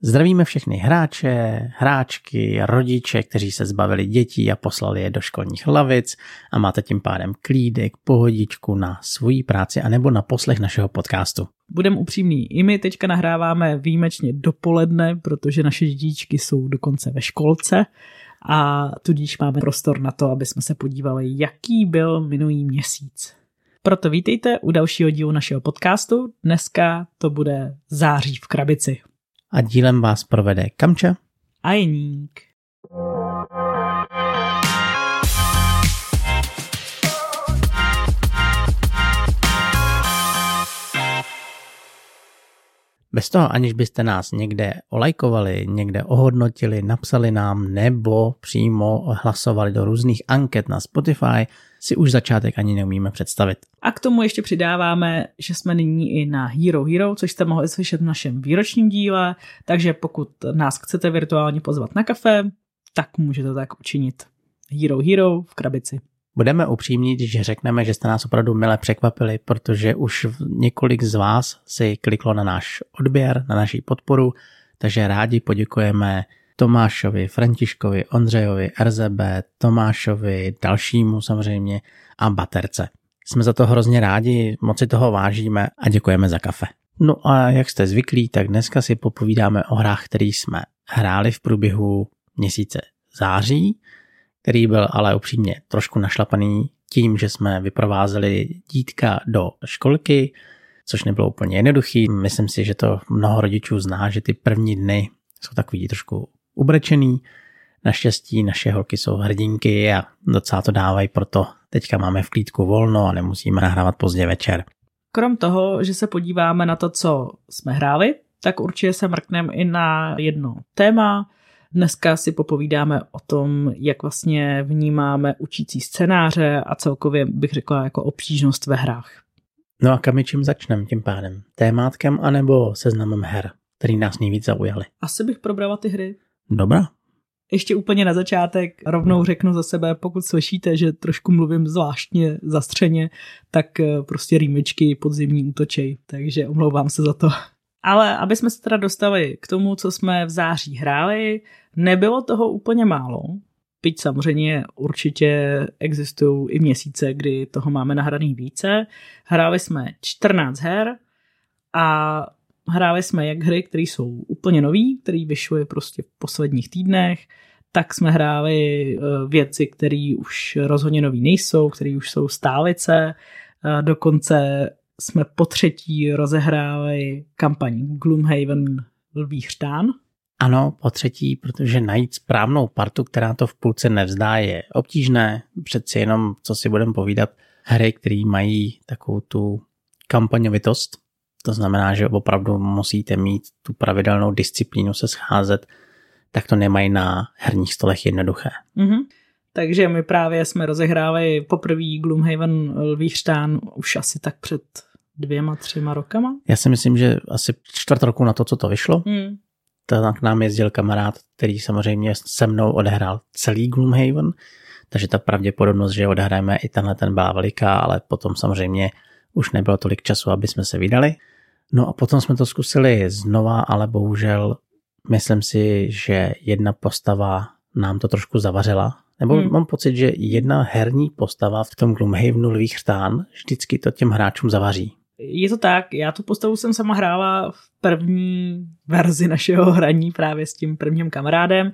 Zdravíme všechny hráče, hráčky, rodiče, kteří se zbavili dětí a poslali je do školních lavic a máte tím pádem klídek, pohodičku na svoji práci anebo na poslech našeho podcastu. Budem upřímný, i my teďka nahráváme výjimečně dopoledne, protože naše dětičky jsou dokonce ve školce a tudíž máme prostor na to, aby jsme se podívali, jaký byl minulý měsíc. Proto vítejte u dalšího dílu našeho podcastu. Dneska to bude Září v krabici. A dílem vás provede Kamča a Jeník. Bez toho, aniž byste nás někde olajkovali, někde ohodnotili, napsali nám nebo přímo hlasovali do různých anket na Spotify, si už začátek ani neumíme představit. A k tomu ještě přidáváme, že jsme nyní i na Hero Hero, což jste mohli slyšet v našem výročním díle, takže pokud nás chcete virtuálně pozvat na kafe, tak můžete tak učinit. Hero Hero v krabici. Budeme upřímní, když řekneme, že jste nás opravdu mile překvapili, protože už několik z vás si kliklo na náš odběr, na naši podporu, takže rádi poděkujeme Tomášovi, Františkovi, Ondřejovi, RZB, Tomášovi, dalšímu samozřejmě a Baterce. Jsme za to hrozně rádi, moc si toho vážíme a děkujeme za kafe. No a jak jste zvyklí, tak dneska si popovídáme o hrách, které jsme hráli v průběhu měsíce září, který byl ale upřímně trošku našlapaný tím, že jsme vyprovázeli dítka do školky, což nebylo úplně jednoduchý. Myslím si, že to mnoho rodičů zná, že ty první dny jsou takový trošku ubrečený. Naštěstí naše holky jsou hrdinky a docela to dávají, proto teďka máme v klídku volno a nemusíme nahrávat pozdě večer. Krom toho, že se podíváme na to, co jsme hráli, tak určitě se mrkneme i na jedno téma. Dneska si popovídáme o tom, jak vlastně vnímáme učící scénáře a celkově bych řekla jako obtížnost ve hrách. No a kam čím začneme tím pádem? Témátkem anebo seznamem her, který nás nejvíc zaujaly? Asi bych probrala ty hry. Dobrá. Ještě úplně na začátek rovnou řeknu za sebe, pokud slyšíte, že trošku mluvím zvláštně zastřeně, tak prostě rýmičky podzimní útočej, takže omlouvám se za to. Ale aby jsme se teda dostali k tomu, co jsme v září hráli, nebylo toho úplně málo. Byť samozřejmě určitě existují i měsíce, kdy toho máme nahraný více. Hráli jsme 14 her a hráli jsme jak hry, které jsou úplně nový, které vyšly prostě v posledních týdnech, tak jsme hráli věci, které už rozhodně nový nejsou, které už jsou stálice, dokonce jsme po třetí rozehráli kampaň Gloomhaven Lví chřtán. Ano, po třetí, protože najít správnou partu, která to v půlce nevzdá, je obtížné. Přeci jenom, co si budeme povídat, hry, které mají takovou tu kampaňovitost. To znamená, že opravdu musíte mít tu pravidelnou disciplínu se scházet, tak to nemají na herních stolech jednoduché. Mm-hmm. Takže my právě jsme rozehráli poprvý Gloomhaven Lví chřtán už asi tak před 2-3 rokama. Já si myslím, že asi 4 roku na to, co to vyšlo. Tak k nám jezdil kamarád, který samozřejmě se mnou odehrál celý Gloomhaven, takže ta pravděpodobnost, že odehrajeme i tenhle ten byla veliká, ale potom samozřejmě už nebylo tolik času, aby jsme se vydali. No a potom jsme to zkusili znova, ale bohužel myslím si, že jedna postava nám to trošku zavařila. Nebo mám pocit, že jedna herní postava v tom Gloomhavenu Lví chřtán vždycky to těm hráčům zavaří. Je to tak, já tu postavu jsem sama hrála v první verzi našeho hraní právě s tím prvním kamarádem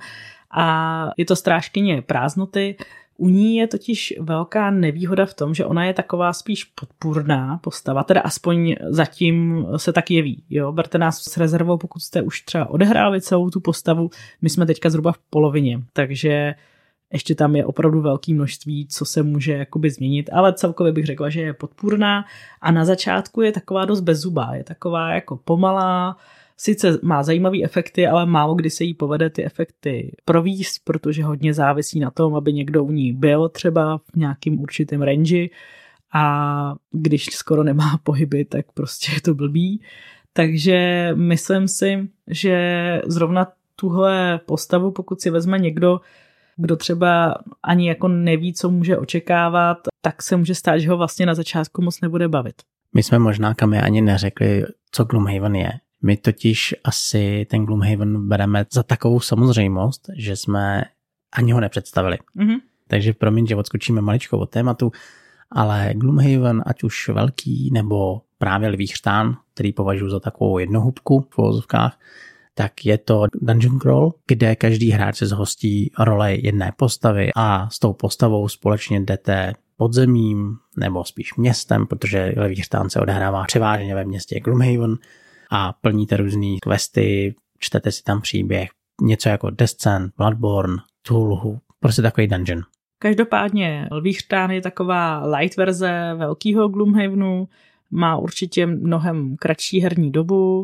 a je to strážkyně prázdnoty. U ní je totiž velká nevýhoda v tom, že ona je taková spíš podpůrná postava, teda aspoň zatím se tak jeví. Jo? Berte nás s rezervou, pokud jste už třeba odehráli celou tu postavu, my jsme teďka zhruba v polovině, takže ještě tam je opravdu velké množství, co se může jakoby změnit, ale celkově bych řekla, že je podpůrná a na začátku je taková dost bezzubá, je taková jako pomalá, sice má zajímavý efekty, ale málo kdy se jí povede ty efekty provést, protože hodně závisí na tom, aby někdo u ní byl třeba v nějakým určitém range a když skoro nemá pohyby, tak prostě je to blbý. Takže myslím si, že zrovna tuhle postavu, pokud si vezme někdo, kdo třeba ani jako neví, co může očekávat, tak se může stát, že ho vlastně na začátku moc nebude bavit. My jsme možná Kami ani neřekli, co Gloomhaven je. My totiž asi ten Gloomhaven bereme za takovou samozřejmost, že jsme ani ho nepředstavili. Takže promiň, že odskočíme maličko od tématu, ale Gloomhaven, ať už velký nebo právě Lví chřtán, který považuji za takovou jednohubku v uvozovkách, tak je to dungeon crawl, kde každý hráč se zhostí role jedné postavy a s tou postavou společně jdete podzemím nebo spíš městem, protože Lví chřtán se odehrává převážně ve městě Gloomhaven a plníte různý questy, čtete si tam příběh, něco jako Descent, Bloodborne, Cthulhu, prostě takový dungeon. Každopádně Lví chřtán je taková light verze velkého Gloomhavenu, má určitě mnohem kratší herní dobu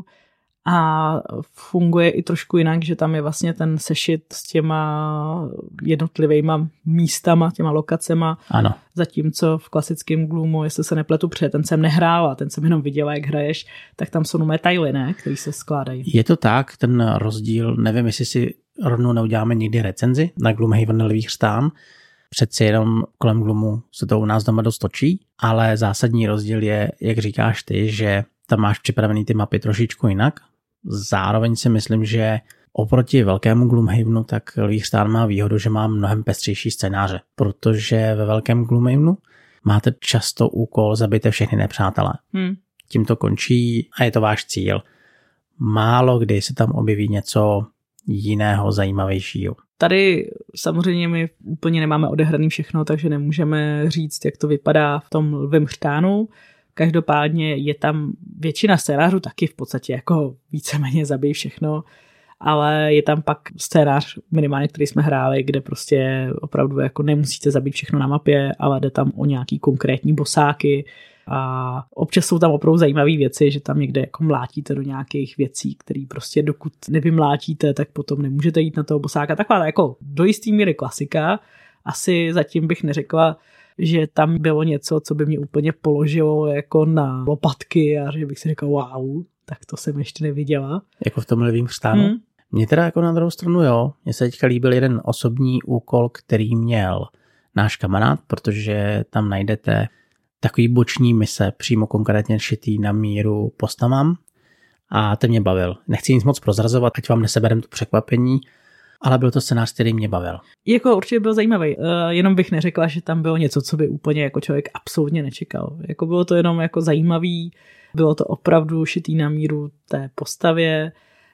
a funguje i trošku jinak, že tam je vlastně ten sešit s těma jednotlivýma místama, těma lokacema. Ano. Zatímco v klasickém Gloomu, jestli se nepletu, protože ten jsem nehrál a ten jsem jenom viděla, jak hraješ, tak tam jsou detaily, ne, který se skládají. Je to tak, ten rozdíl, nevím, jestli si rovnou neuděláme někdy recenzi na Gloomhaven Lví chřtán. Přeci jenom kolem Gloomu se to u nás doma dost točí, ale zásadní rozdíl je, jak říkáš ty, že tam máš připravený ty mapy trošičku jinak. Zároveň si myslím, že oproti velkému Gloomhavenu, tak Lví chřtán má výhodu, že má mnohem pestřejší scénáře, protože ve velkém Gloomhavenu máte často úkol zabijte všechny nepřátelé. Tím to končí a je to váš cíl. Málo kdy se tam objeví něco jiného, zajímavějšího. Tady samozřejmě my úplně nemáme odehraný všechno, takže nemůžeme říct, jak to vypadá v tom Lvém chřtánu. Každopádně je tam většina scénářů taky v podstatě jako víceméně zabij všechno, ale je tam pak scénář minimálně, který jsme hráli, kde prostě opravdu jako nemusíte zabít všechno na mapě, ale jde tam o nějaký konkrétní bosáky a občas jsou tam opravdu zajímavé věci, že tam někde jako mlátíte do nějakých věcí, které prostě dokud nevymlátíte, tak potom nemůžete jít na toho bosáka. Taková jako do jistý míry klasika. Asi zatím bych neřekla, že tam bylo něco, co by mě úplně položilo jako na lopatky a že bych si řekla wow, tak to jsem ještě neviděla. Jako v tom Lvím chřtánu? Mně teda jako na druhou stranu jo. Mně se teďka líbil jeden osobní úkol, který měl náš kamarád, protože tam najdete takový boční mise, přímo konkrétně šitý na míru postavám a ten mě bavil. Nechci nic moc prozrazovat, ať vám neseberem to překvapení, ale byl to scénář, který mě bavil. Jako určitě byl zajímavý, jenom bych neřekla, že tam bylo něco, co by úplně jako člověk absolutně nečekal. Jako bylo to jenom jako zajímavý, bylo to opravdu šitý na míru té postavě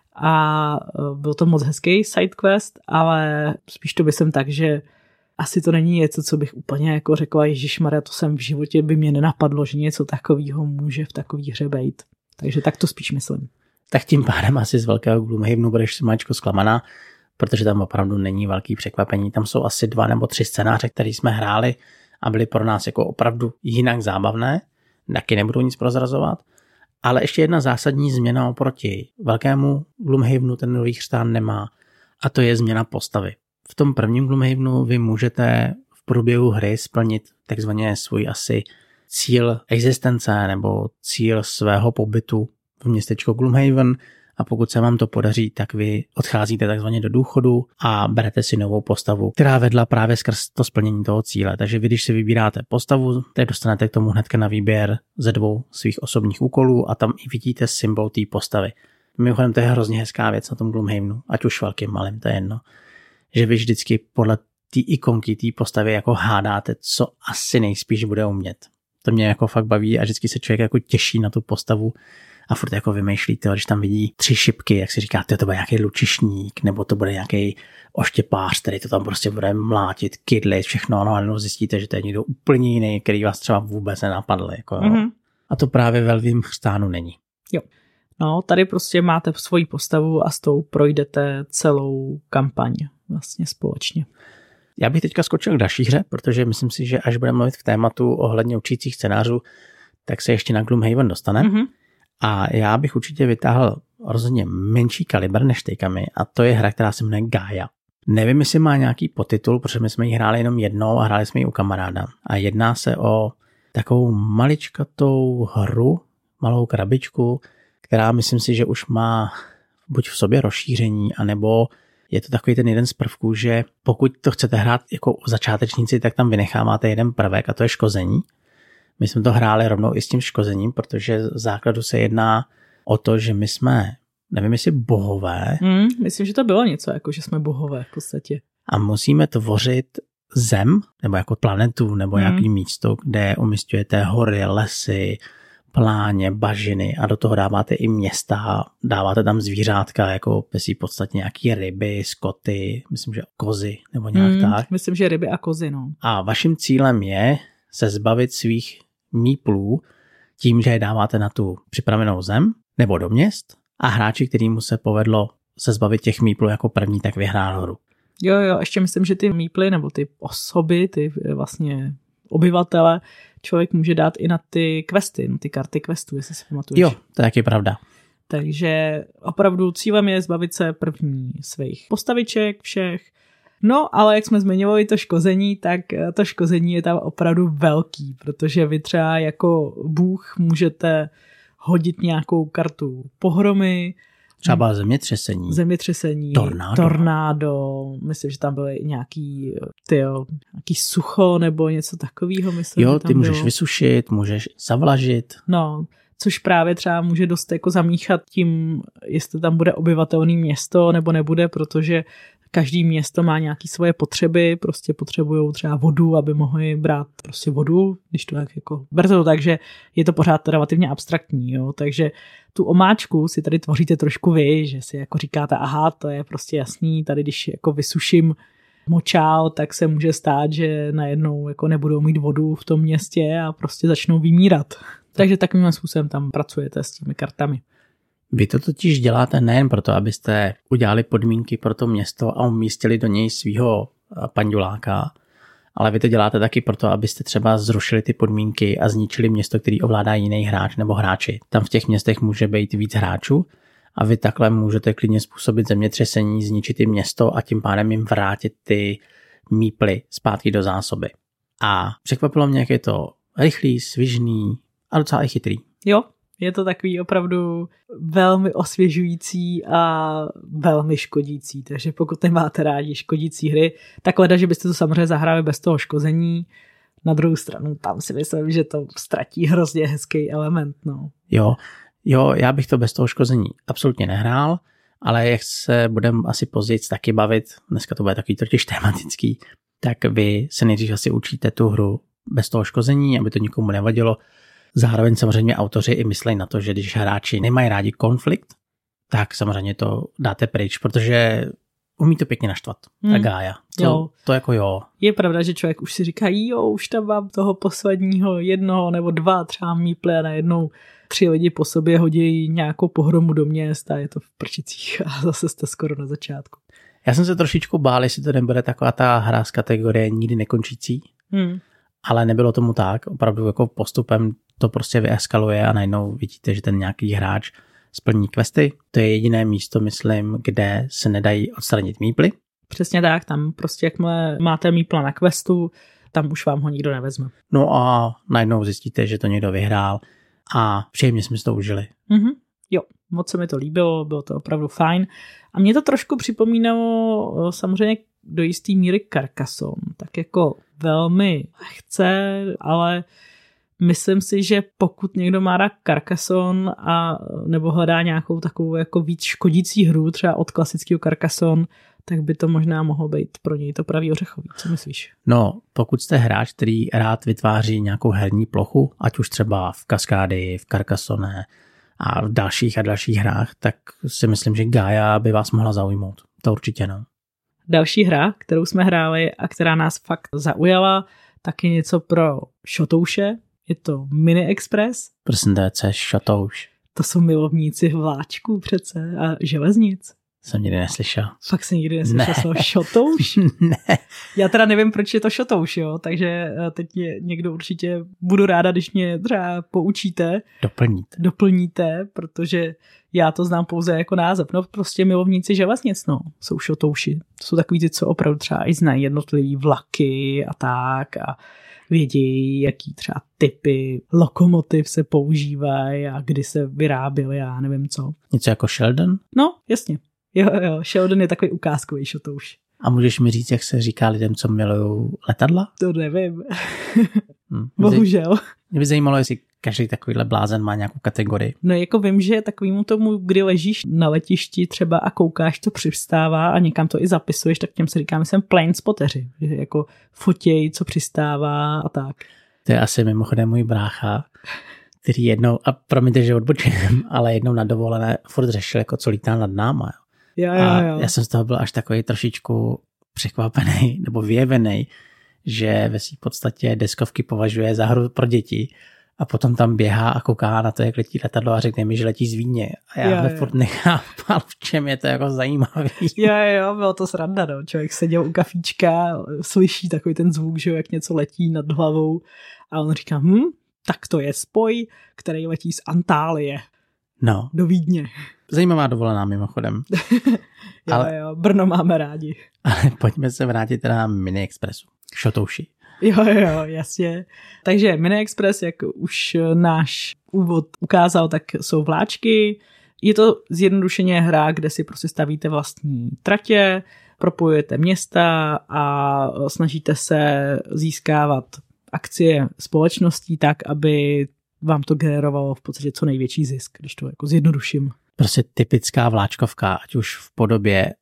a byl to moc hezký sidequest, ale spíš to myslím tak, že asi to není něco, co bych úplně jako řekla, ježišmarja, to jsem v životě by mě nenapadlo, že něco takového může v takový hře být. Takže tak to spíš myslím. Tak tím pádem asi z velkého Gloomhavenu budeš mačko zklamaná, protože tam opravdu není velký překvapení. Tam jsou asi 2 nebo 3 scénáře, které jsme hráli a byly pro nás jako opravdu jinak zábavné. Taky nebudu nic prozrazovat. Ale ještě jedna zásadní změna oproti velkému Gloomhavenu ten Lví chřtán nemá. A to je změna postavy. V tom prvním Gloomhavenu vy můžete v průběhu hry splnit takzvaně svůj asi cíl existence nebo cíl svého pobytu v městečku Gloomhaven a pokud se vám to podaří, tak vy odcházíte takzvaně do důchodu a berete si novou postavu, která vedla právě skrz to splnění toho cíle. Takže vy, když si vybíráte postavu, tak dostanete k tomu hnedka na výběr ze 2 svých osobních úkolů a tam i vidíte symbol té postavy. Mimochodem to je hrozně hezká věc na tom Gloomhavenu, ať už velkým, malým, to je jedno. Že vy vždycky podle té ikonky, té postavy jako hádáte, co asi nejspíš bude umět. To mě jako fakt baví a vždycky se člověk jako těší na tu postavu a furt jako vymýšlí, když tam vidí 3 šipky, jak si říká, to bude nějaký lučišník, nebo to bude nějaký oštěpář, který to tam prostě bude mlátit, kydlit, všechno, no a zjistíte, že to je někdo úplně jiný, který vás třeba vůbec nenapadl. Jako, A to právě ve Lvím chřtánu není. Jo. No, tady prostě máte svoji postavu a s tou projdete celou kampaň vlastně společně. Já bych teďka skočil k další hře, protože myslím si, že až budeme mluvit v tématu ohledně učících scénářů, tak se ještě na Gloomhaven dostane. A já bych určitě vytáhl rozhodně menší kalibr než tejkami a to je hra, která se jmenuje Gaia. Nevím, jestli má nějaký podtitul, protože my jsme ji hráli jenom jednou a hráli jsme ji u kamaráda. A jedná se o takovou maličkatou hru, malou krabičku, která myslím si, že už má buď v sobě rozšíření, anebo je to takový ten jeden z prvků, že pokud to chcete hrát jako začátečníci, tak tam vynecháváte jeden prvek a to je škození. My jsme to hráli rovnou i s tím škozením, protože v základu se jedná o to, že my jsme nevím jestli bohové. Myslím, že to bylo něco, jako že jsme bohové v podstatě. A musíme tvořit Zem, nebo jako planetu, nebo nějaký místo, kde umísťujete hory, lesy, pláně, bažiny a do toho dáváte i města, dáváte tam zvířátka, jako v podstatě nějaký ryby, skoty, myslím, že kozy, nebo nějak tak. Myslím, že ryby a kozy, no. A vaším cílem je se zbavit svých míplů tím, že je dáváte na tu připravenou zem nebo do měst a hráči, kterýmu se povedlo se zbavit těch míplů jako první, tak vyhrál hru. Jo, ještě myslím, že ty míply nebo ty osoby, ty vlastně obyvatele, člověk může dát i na ty questy, na ty karty questů, jestli si pamatuješ. Jo, to je taky pravda. Takže opravdu cílem je zbavit se první svých postaviček všech. No, ale jak jsme zmiňovali to škození, tak to škození je tam opravdu velký, protože vy třeba jako bůh můžete hodit nějakou kartu pohromy, třeba zemětřesení, tornádo, myslím, že tam byly nějaký sucho nebo něco takového. Myslím, jo, ty můžeš vysušit, můžeš zavlažit. No, což právě třeba může dost jako zamíchat tím, jestli tam bude obyvatelné město nebo nebude, protože každý město má nějaké svoje potřeby, prostě potřebujou třeba vodu, aby mohli brát prostě vodu, když to jako berte to tak, že je to pořád relativně abstraktní, jo, takže tu omáčku si tady tvoříte trošku vy, že si jako říkáte, aha, to je prostě jasný, tady když jako vysuším močál, tak se může stát, že najednou jako nebudou mít vodu v tom městě a prostě začnou vymírat. Takže takovým způsobem tam pracujete s těmi kartami. Vy to totiž děláte nejen proto, abyste udělali podmínky pro to město a umístili do něj svýho panduláka, ale vy to děláte taky proto, abyste třeba zrušili ty podmínky a zničili město, který ovládá jiný hráč nebo hráči. Tam v těch městech může být víc hráčů a vy takhle můžete klidně způsobit zemětřesení, zničit i město a tím pádem jim vrátit ty míply zpátky do zásoby. A překvapilo mě, jak je to rychlý, svižný a docela i chytrý. Jo. Je to takový opravdu velmi osvěžující a velmi škodící, takže pokud nemáte rádi škodící hry, tak leda, že byste to samozřejmě zahráli bez toho škození. Na druhou stranu tam si myslím, že to ztratí hrozně hezký element. No. Jo, já bych to bez toho škození absolutně nehrál, ale jak se budeme asi později taky bavit, dneska to bude takový totiž tematický, tak vy se nejdřív asi učíte tu hru bez toho škození, aby to nikomu nevadilo. Zároveň samozřejmě autoři i myslí na to, že když hráči nemají rádi konflikt, tak samozřejmě to dáte pryč, protože umí to pěkně naštvat. Ta Gaia. To jako jo. Je pravda, že člověk už si říká, už tam mám toho posledního 1 nebo 2 třeba míple a najednou 3 lidi po sobě hodí nějakou pohromu do měst a je to v prčicích a zase jste skoro na začátku. Já jsem se trošičku bál, jestli to nebude taková ta hra z kategorie nikdy nekončící. Ale nebylo tomu tak, opravdu jako postupem to prostě vyeskaluje a najednou vidíte, že ten nějaký hráč splní questy. To je jediné místo, myslím, kde se nedají odstranit míply. Přesně tak, tam prostě jakmile máte mípla na questu, tam už vám ho nikdo nevezme. No a najednou zjistíte, že to někdo vyhrál a příjemně jsme si to užili. Jo, moc se mi to líbilo, bylo to opravdu fajn. A mě to trošku připomínalo samozřejmě do jistý míry Carcassonne, tak jako velmi lehce, ale myslím si, že pokud někdo má rád Carcassonne a nebo hledá nějakou takovou jako víc škodící hru, třeba od klasického Carcassonne, tak by to možná mohlo být pro něj to pravý ořechový. Co myslíš? No, pokud jste hráč, který rád vytváří nějakou herní plochu, ať už třeba v Cascadii, v Carcassonne a v dalších hrách, tak si myslím, že Gaia by vás mohla zaujmout. To určitě no. Další hra, kterou jsme hráli a která nás fakt zaujala, tak je něco pro šotouše. Je to Mini Express. Prosím, co je šotouš? To jsou milovníci vláčků přece a železnic. Jsem nikdy neslyšel. Fakt jsem nikdy neslyšel slovo šotouš? Ne. Já teda nevím, proč je to šotouš, jo, takže teď někdo určitě budu ráda, když mě třeba poučíte. Doplníte, protože já to znám pouze jako název. No prostě milovníci železnic, no, jsou šotouši. To jsou takový ty, co opravdu třeba i znají jednotlivý vlaky a tak a vědí, jaký třeba typy lokomotiv se používají a kdy se vyráběly, já nevím co. Něco jako Sheldon? No, jasně. Jo, Sheldon je takový ukázkový šotouš. A můžeš mi říct, jak se říká lidem, co milují letadla? To nevím. Bohužel. Mě by zajímalo, jestli každý takovýhle blázen má nějakou kategorii. No jako vím, že takovýmu tomu, kdy ležíš na letišti třeba a koukáš, co přistává a někam to i zapisuješ, tak těm se říkáme jsem plane spoteři, že jako fotěj, co přistává a tak. To je asi mimochodem můj brácha, který jednou, a promiňte, že odbočím, ale jednou na dovolené furt řešil, jako co lítá nad náma. Jo. Já jsem z toho byl až takový trošičku překvapený nebo vyjevený, ve v podstatě deskovky považuje za hru pro děti a potom tam běhá a kouká na to, jak letí letadlo a řekne mi, že letí z Vídně. A já furt nechápal, v čem je to jako zajímavý. Jo, bylo to sranda, no. Člověk seděl u kafíčka, slyší takový ten zvuk, že jak něco letí nad hlavou a on říká, tak to je spoj, který letí z Antálie. No. Do Vídně. Zajímavá dovolená mimochodem. Jo, Brno máme rádi. Ale pojďme se vrátit teda na Mini Expressu. Šotouši. Jo, jasně. Takže Mini Express, jak už náš úvod ukázal, tak jsou vláčky. Je to zjednodušeně hra, kde si prostě stavíte vlastní tratě, propojujete města a snažíte se získávat akcie společností tak, aby vám to generovalo v podstatě co největší zisk, když to jako zjednoduším. Prostě typická vláčkovka, ať už v podobě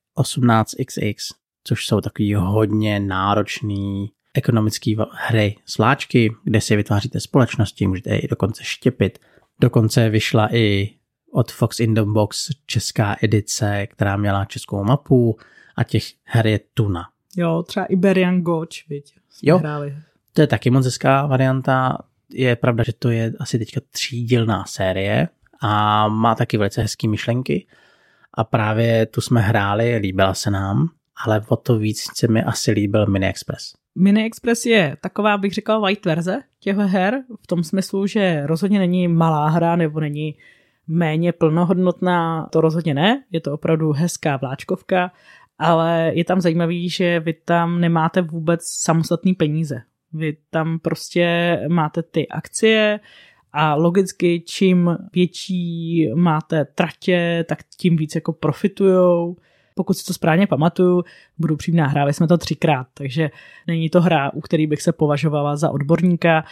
18xx, což jsou takový hodně náročný ekonomický hry s vláčky, kde si vytváříte společnosti, můžete je i dokonce štěpit. Dokonce vyšla i od Fox in the Box česká edice, která měla českou mapu a těch her je tuna. Jo, třeba Iberian Goč, viď? Jo, hráli. To je taky moc hezká varianta. Je pravda, že to je asi teďka 3dílná série a má taky velice hezký myšlenky. A právě tu jsme hráli, líbila se nám, ale o to víc se mi asi líbil Mini Express. Mini Express je taková, bych řekla, light verze těchto her, v tom smyslu, že rozhodně není malá hra nebo není méně plnohodnotná, to rozhodně ne, je to opravdu hezká vláčkovka, ale je tam zajímavý, že vy tam nemáte vůbec samostatný peníze. Vy tam prostě máte ty akcie a logicky čím větší máte tratě, tak tím víc jako profitujou. Pokud si to správně pamatuju, budu přímá, hráli jsme to 3krát, takže není to hra, u který bych se považovala za odborníka.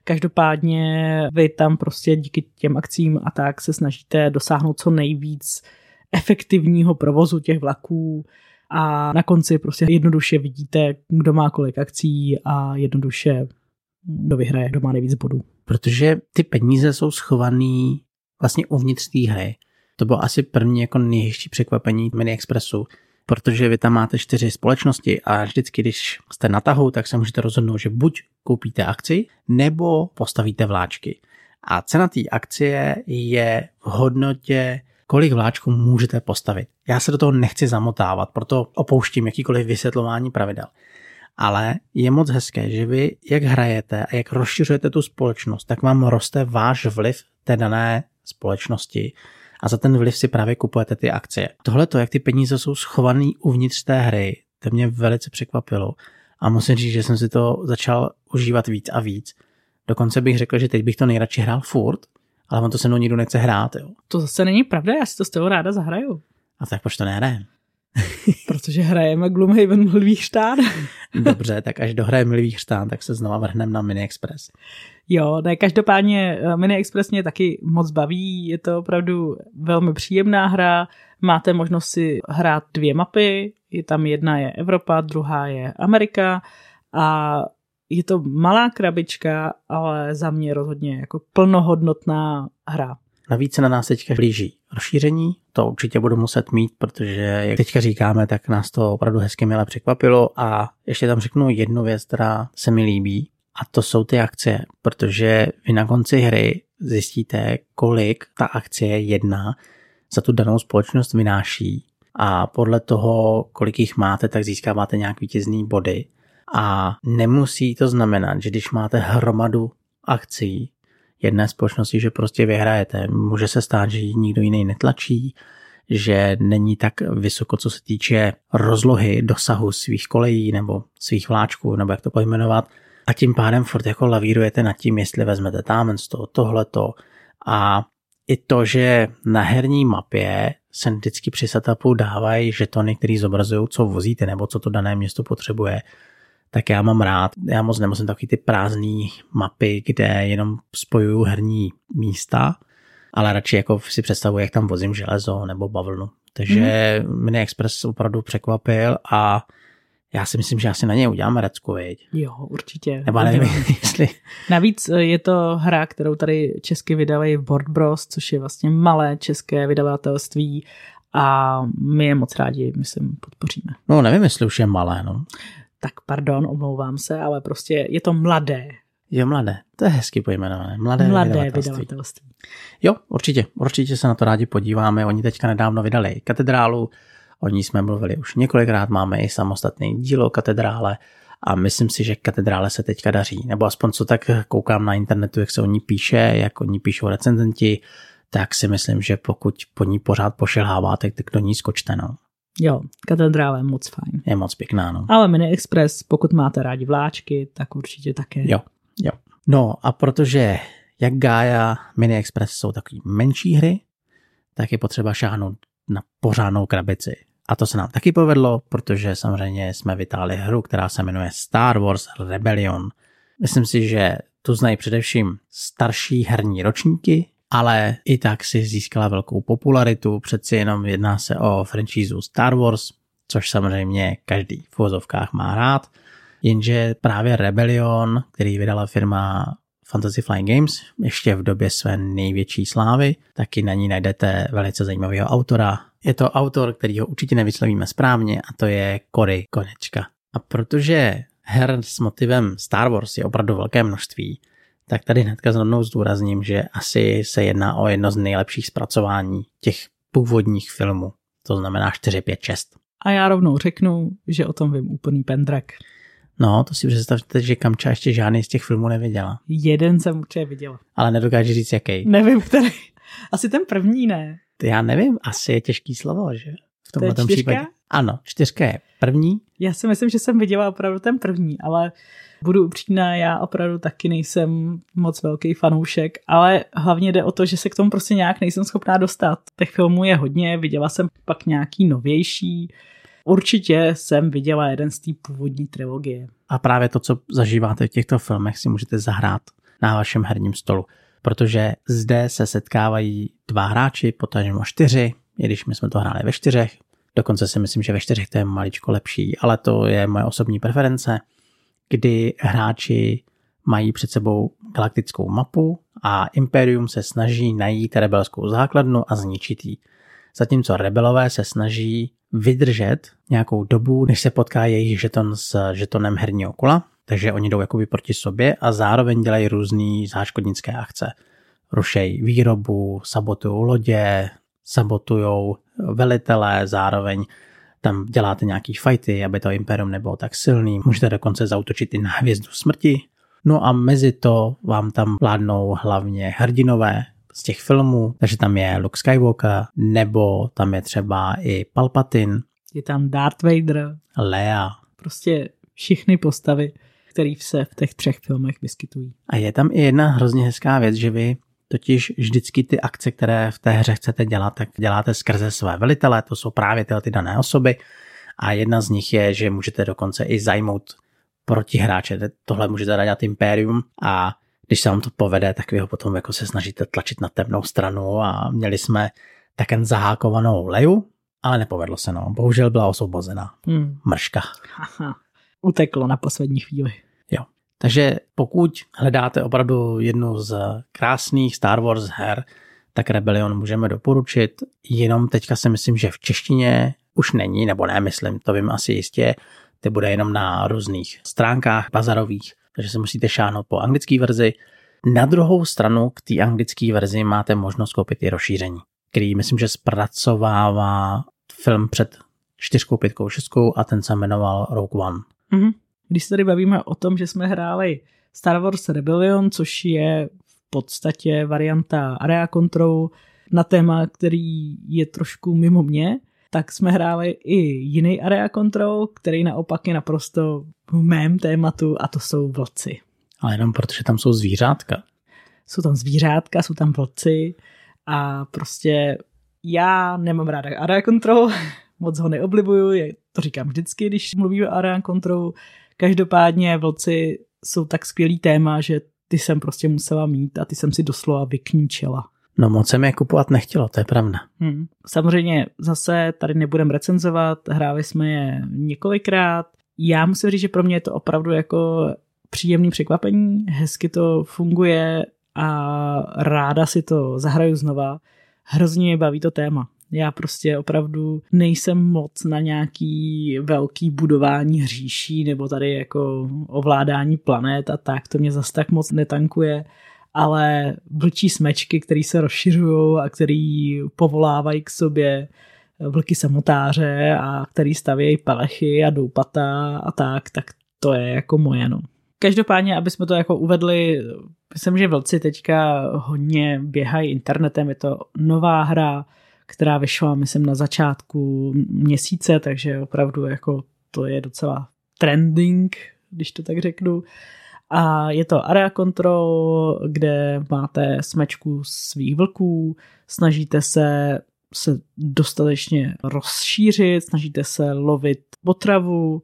Každopádně vy tam prostě díky těm akcím a tak se snažíte dosáhnout co nejvíc efektivního provozu těch vlaků a na konci prostě jednoduše vidíte, kdo má kolik akcí a jednoduše kdo vyhraje, kdo má nejvíc bodů. Protože ty peníze jsou schovaný vlastně uvnitř té hry. To bylo asi první jako nejhezčí překvapení Mini Expressu, protože vy tam máte 4 společnosti a vždycky, když jste na tahu, tak se můžete rozhodnout, že buď koupíte akci, nebo postavíte vláčky. A cena té akcie je v hodnotě, kolik vláčků můžete postavit. Já se do toho nechci zamotávat, proto opouštím jakýkoliv vysvětlování pravidel. Ale je moc hezké, že vy, jak hrajete a jak rozšiřujete tu společnost, tak vám roste váš vliv té dané společnosti a za ten vliv si právě kupujete ty akcie. Tohleto, jak ty peníze jsou schovaný uvnitř té hry, to mě velice překvapilo a musím říct, že jsem si to začal užívat víc a víc. Dokonce bych řekl, že teď bych to nejradši hrál furt, ale on to se mnou nikdo nechce hrát. Jo. To zase není pravda, já si to s tebou ráda zahraju. A tak proč to nehrajem? Protože hrajeme Gloomhaven Mlhvířstán. Dobře, tak až dohrajeme Mlhvířstán, tak se znova vrhneme na Mini Express. Jo, ne, každopádně Mini Express mě taky moc baví, je to opravdu velmi příjemná hra, máte možnost si hrát 2 mapy, je tam jedna je Evropa, druhá je Amerika a je to malá krabička, ale za mě rozhodně jako plnohodnotná hra. Navíc se na nás teďka blíží rozšíření, to určitě budu muset mít, protože jak teďka říkáme, tak nás to opravdu hezky milé překvapilo a ještě tam řeknu jednu věc, která se mi líbí a to jsou ty akcie, protože vy na konci hry zjistíte, kolik ta akcie jedna za tu danou společnost vynáší a podle toho, kolik jich máte, tak získáváte nějak vítězný body a nemusí to znamenat, že když máte hromadu akcí jedné společnosti, že prostě vyhrajete. Může se stát, že ji nikdo jiný netlačí, že není tak vysoko, co se týče rozlohy, dosahu svých kolejí nebo svých vláčků, nebo jak to pojmenovat. A tím pádem furt jako lavírujete nad tím, jestli vezmete támen z toho, tohleto. A i to, že na herní mapě se vždycky při setupu dávají žetony, které zobrazují, co vozíte nebo co to dané město potřebuje, tak já mám rád. Já moc nemusím takový ty prázdný mapy, kde jenom spojuju herní místa, ale radši jako si představuji, jak tam vozím železo nebo bavlnu. Takže Mini Express opravdu překvapil a já si myslím, že asi na něj uděláme recku, viď? Jo, určitě. Nebo nevím, jestli... Navíc je to hra, kterou tady česky vydavají Board Bros, což je vlastně malé české vydavatelství a my je moc rádi, myslím, podpoříme. No nevím, jestli už je malé, no. Tak pardon, omlouvám se, ale prostě je to mladé. Jo, mladé. To je hezky pojmenované. Mladé vydavatelství. Jo, určitě se na to rádi podíváme. Oni teďka nedávno vydali Katedrálu, o ní jsme mluvili už několikrát, máme i samostatný díl o Katedrále a myslím si, že Katedrále se teďka daří. Nebo aspoň co tak koukám na internetu, jak se o ní píše, jak o ní píšou recenzenti, tak si myslím, že pokud po ní pořád pošilháváte, tak do ní skočte, no. Jo, Katedrála je moc fajn. Je moc pěkná, no. Ale Mini Express, pokud máte rádi vláčky, tak určitě také. Jo. No a protože jak Gaia, Mini Express jsou takový menší hry, tak je potřeba šáhnout na pořádnou krabici. A to se nám taky povedlo, protože samozřejmě jsme vytáhli hru, která se jmenuje Star Wars Rebellion. Myslím si, že tu znají především starší herní ročníky, ale i tak si získala velkou popularitu, přeci jenom jedná se o franšízu Star Wars, což samozřejmě každý v uvozovkách má rád, jenže právě Rebellion, který vydala firma Fantasy Flight Games, ještě v době své největší slávy, taky na ní najdete velice zajímavého autora. Je to autor, který ho určitě nevyslovíme správně a to je Cory Konečka. A protože her s motivem Star Wars je opravdu velké množství, tak tady hnedka zrovnou zdůrazním, že asi se jedná o jedno z nejlepších zpracování těch původních filmů. To znamená 4, 5, 6. A já rovnou řeknu, že o tom vím úplný pendrak. No, to si představte, že Kamča ještě žádný z těch filmů neviděla. Jeden jsem určitě viděla. Ale nedokáže říct jaký. Nevím, který. Asi ten první, ne? Já nevím, asi je těžký slovo, že? V tomhle tom případě. Ano, 4 je první. Já si myslím, že jsem viděla opravdu ten první, ale budu upřímná, já opravdu taky nejsem moc velký fanoušek, ale hlavně jde o to, že se k tomu prostě nějak nejsem schopná dostat. Těch filmů je hodně, viděla jsem pak nějaký novější. Určitě jsem viděla jeden z té původní trilogie. A právě to, co zažíváte v těchto filmech, si můžete zahrát na vašem herním stolu. Protože zde se setkávají 2 hráči, potažmo 4, i když my jsme to hráli ve 4. Dokonce si myslím, že ve 4 to je maličko lepší, ale to je moje osobní preference, kdy hráči mají před sebou galaktickou mapu a Imperium se snaží najít rebelskou základnu a zničit ji. Zatímco rebelové se snaží vydržet nějakou dobu, než se potká jejich žeton s žetonem herního kola, takže oni jdou jakoby proti sobě a zároveň dělají různý záškodnické akce. Rušejí výrobu, sabotujou lodě, sabotujou velitelé, zároveň tam děláte nějaký fighty, aby to Imperium nebylo tak silný. Můžete dokonce zaútočit i na hvězdu smrti. No a mezi to vám tam vládnou hlavně hrdinové z těch filmů, takže tam je Luke Skywalker, nebo tam je třeba i Palpatine. Je tam Darth Vader. Leia. Prostě všechny postavy, které se v těch 3 filmech vyskytují. A je tam i jedna hrozně hezká věc, že vy totiž vždycky ty akce, které v té hře chcete dělat, tak děláte skrze své velitele, to jsou právě ty dané osoby a jedna z nich je, že můžete dokonce i zajmout protihráče. Tohle můžete dělat Imperium a když se vám to povede, tak vy ho potom jako se snažíte tlačit na temnou stranu a měli jsme taken zahákovanou Leiu, ale nepovedlo se, no. Bohužel byla osvobozena. Mrška. Uteklo na poslední chvíli. Jo. Takže pokud hledáte opravdu jednu z krásných Star Wars her, tak Rebellion můžeme doporučit. Jenom teďka si myslím, že v češtině už není, nebo ne, myslím, to vím asi jistě, to bude jenom na různých stránkách bazarových, takže se musíte šáhnout po anglické verzi. Na druhou stranu k té anglické verzi máte možnost koupit i rozšíření, který myslím, že zpracovává film před 4, 5, 6 a ten se jmenoval Rogue One. Když se tady bavíme o tom, že jsme hráli Star Wars Rebellion, což je v podstatě varianta Area Control na téma, který je trošku mimo mě, tak jsme hráli i jiný Area Control, který naopak je naprosto v mém tématu a to jsou vlci. Ale jenom protože tam jsou zvířátka. Jsou tam zvířátka, jsou tam vlci a prostě já nemám ráda Area Control, moc ho neoblibuju, to říkám vždycky, když mluvíme o Area Control. Každopádně vlci jsou tak skvělý téma, že ty jsem prostě musela mít a ty jsem si doslova vykníčila. No moc se mi je kupovat nechtělo, to je pravda. Samozřejmě zase tady nebudem recenzovat, hráli jsme je několikrát. Já musím říct, že pro mě je to opravdu jako příjemný překvapení, hezky to funguje a ráda si to zahraju znova. Hrozně mě baví to téma. Já prostě opravdu nejsem moc na nějaký velký budování hříší nebo tady jako ovládání planet a tak, to mě zas tak moc netankuje, ale vlčí smečky, který se rozšiřují a který povolávají k sobě vlky samotáře a který stavějí pelechy a doupata a tak to je jako moje, no. Každopádně, aby jsme to jako uvedli, myslím, že vlci teďka hodně běhají internetem, je to nová hra, která vyšla, myslím, na začátku měsíce, takže opravdu jako to je docela trending, když to tak řeknu. A je to area control, kde máte smečku svých vlků, snažíte se dostatečně rozšířit, snažíte se lovit potravu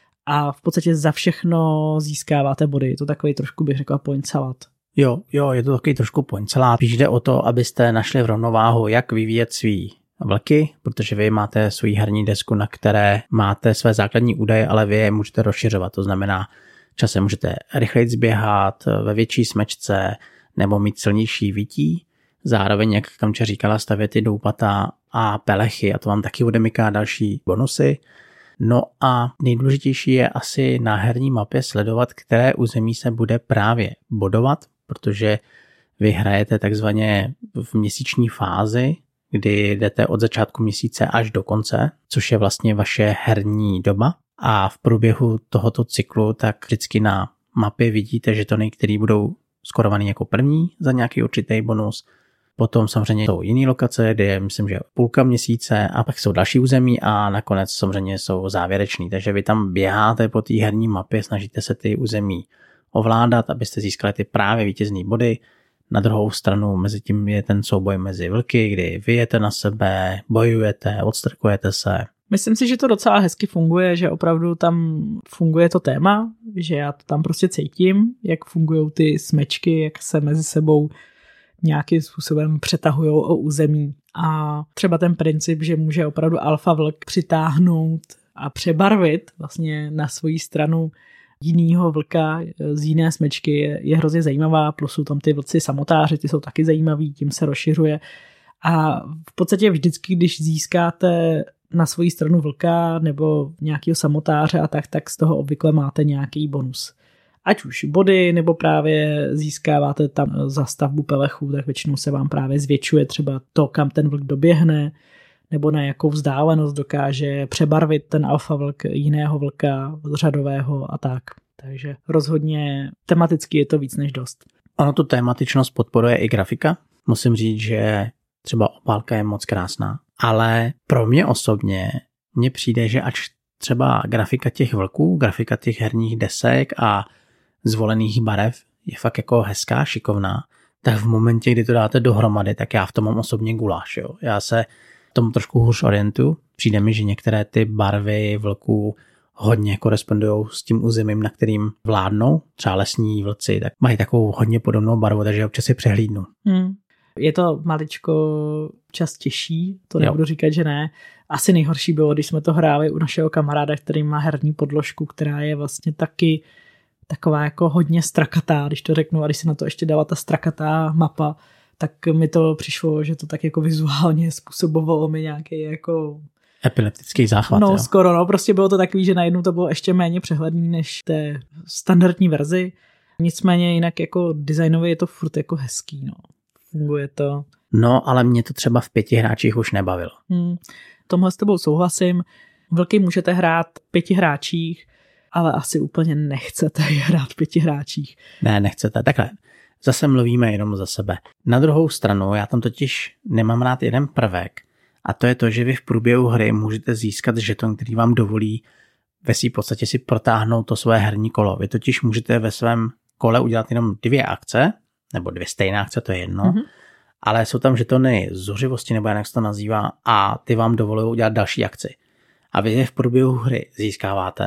a v podstatě za všechno získáváte body. Je to takový trošku, bych řekla, point salad. Jo, je to takový trošku point salad. Spíš jde o to, abyste našli v rovnováhu, jak vyvíjet svý vlky, protože vy máte svou herní desku, na které máte své základní údaje, ale vy je můžete rozšiřovat. To znamená, časem můžete rychleji zběhat ve větší smečce nebo mít silnější vití. Zároveň, jak Kamča říkala, stavět ty doupata a pelechy a to vám taky odemyká další bonusy. No a nejdůležitější je asi na herní mapě sledovat, které území se bude právě bodovat, protože vy hrajete takzvaně v měsíční fázi, kdy jdete od začátku měsíce až do konce, což je vlastně vaše herní doba. A v průběhu tohoto cyklu tak vždycky na mapě vidíte žetony, které budou skorovaný jako první za nějaký určitý bonus. Potom samozřejmě jsou jiné lokace, kde je, myslím, že půlka měsíce a pak jsou další území a nakonec samozřejmě jsou závěreční. Takže vy tam běháte po té herní mapě, snažíte se ty území ovládat, abyste získali ty právě vítězné body. Na druhou stranu mezi tím je ten souboj mezi vlky, kdy vy jete na sebe, bojujete, odstrkujete se. Myslím si, že to docela hezky funguje, že opravdu tam funguje to téma, že já to tam prostě cítím, jak fungují ty smečky, jak se mezi sebou nějakým způsobem přetahujou o území. A třeba ten princip, že může opravdu alfa vlk přitáhnout a přebarvit vlastně na svoji stranu jinýho vlka z jiné smečky je hrozně zajímavá, plus jsou tam ty vlci samotáři, ty jsou taky zajímavý, tím se rozšiřuje. A v podstatě vždycky, když získáte na svoji stranu vlka nebo nějakého samotáře a tak z toho obvykle máte nějaký bonus. Ať už body, nebo právě získáváte tam za stavbu pelechů, tak většinou se vám právě zvětšuje třeba to, kam ten vlk doběhne, nebo na jakou vzdálenost dokáže přebarvit ten alfa vlk jiného vlka řadového a tak. Takže rozhodně tematicky je to víc než dost. Ono tu tematičnost podporuje i grafika. Musím říct, že třeba obálka je moc krásná, ale pro mě osobně mně přijde, že ač třeba grafika těch vlků, grafika těch herních desek a zvolených barev je fakt jako hezká, šikovná, tak v momentě, kdy to dáte dohromady, tak já v tom mám osobně guláš. Jo. Já se v tom trošku hůř orientuju. Přijde mi, že některé ty barvy vlků hodně korespondují s tím územím, na kterým vládnou. Třeba lesní vlci, tak mají takovou hodně podobnou barvu, takže občas si přehlídnu. Je to maličko čas těžší, to nebudu říkat, že ne. Asi nejhorší bylo, když jsme to hráli u našeho kamaráda, který má herní podložku, která je vlastně taky taková jako hodně strakatá, když to řeknu, a když se na to ještě dala ta strakatá mapa, tak mi to přišlo, že to tak jako vizuálně způsobovalo mi nějaký jako epileptický záchvat. No jo? skoro, prostě bylo to takový, že najednou to bylo ještě méně přehledný než té standardní verzi. Nicméně jinak jako designově je to furt jako hezký, no. Funguje to. No, ale mě to třeba v 5 hráčích už nebavilo. Tomhle s tebou souhlasím. Vlky můžete hrát v 5 hráčích, ale asi úplně nechcete hrát v 5 hráčích. Ne, nechcete. Takhle. Zase mluvíme jenom za sebe. Na druhou stranu, já tam totiž nemám rád jeden prvek, a to je to, že vy v průběhu hry můžete získat žeton, který vám dovolí ve své podstatě si protáhnout to své herní kolo. Vy totiž můžete ve svém kole udělat jenom 2 akce, nebo 2 stejné akce, to je jedno, ale jsou tam žetony zuřivosti, nebo jak se to nazývá, a ty vám dovolují udělat další akci. A vy je v průběhu hry získáváte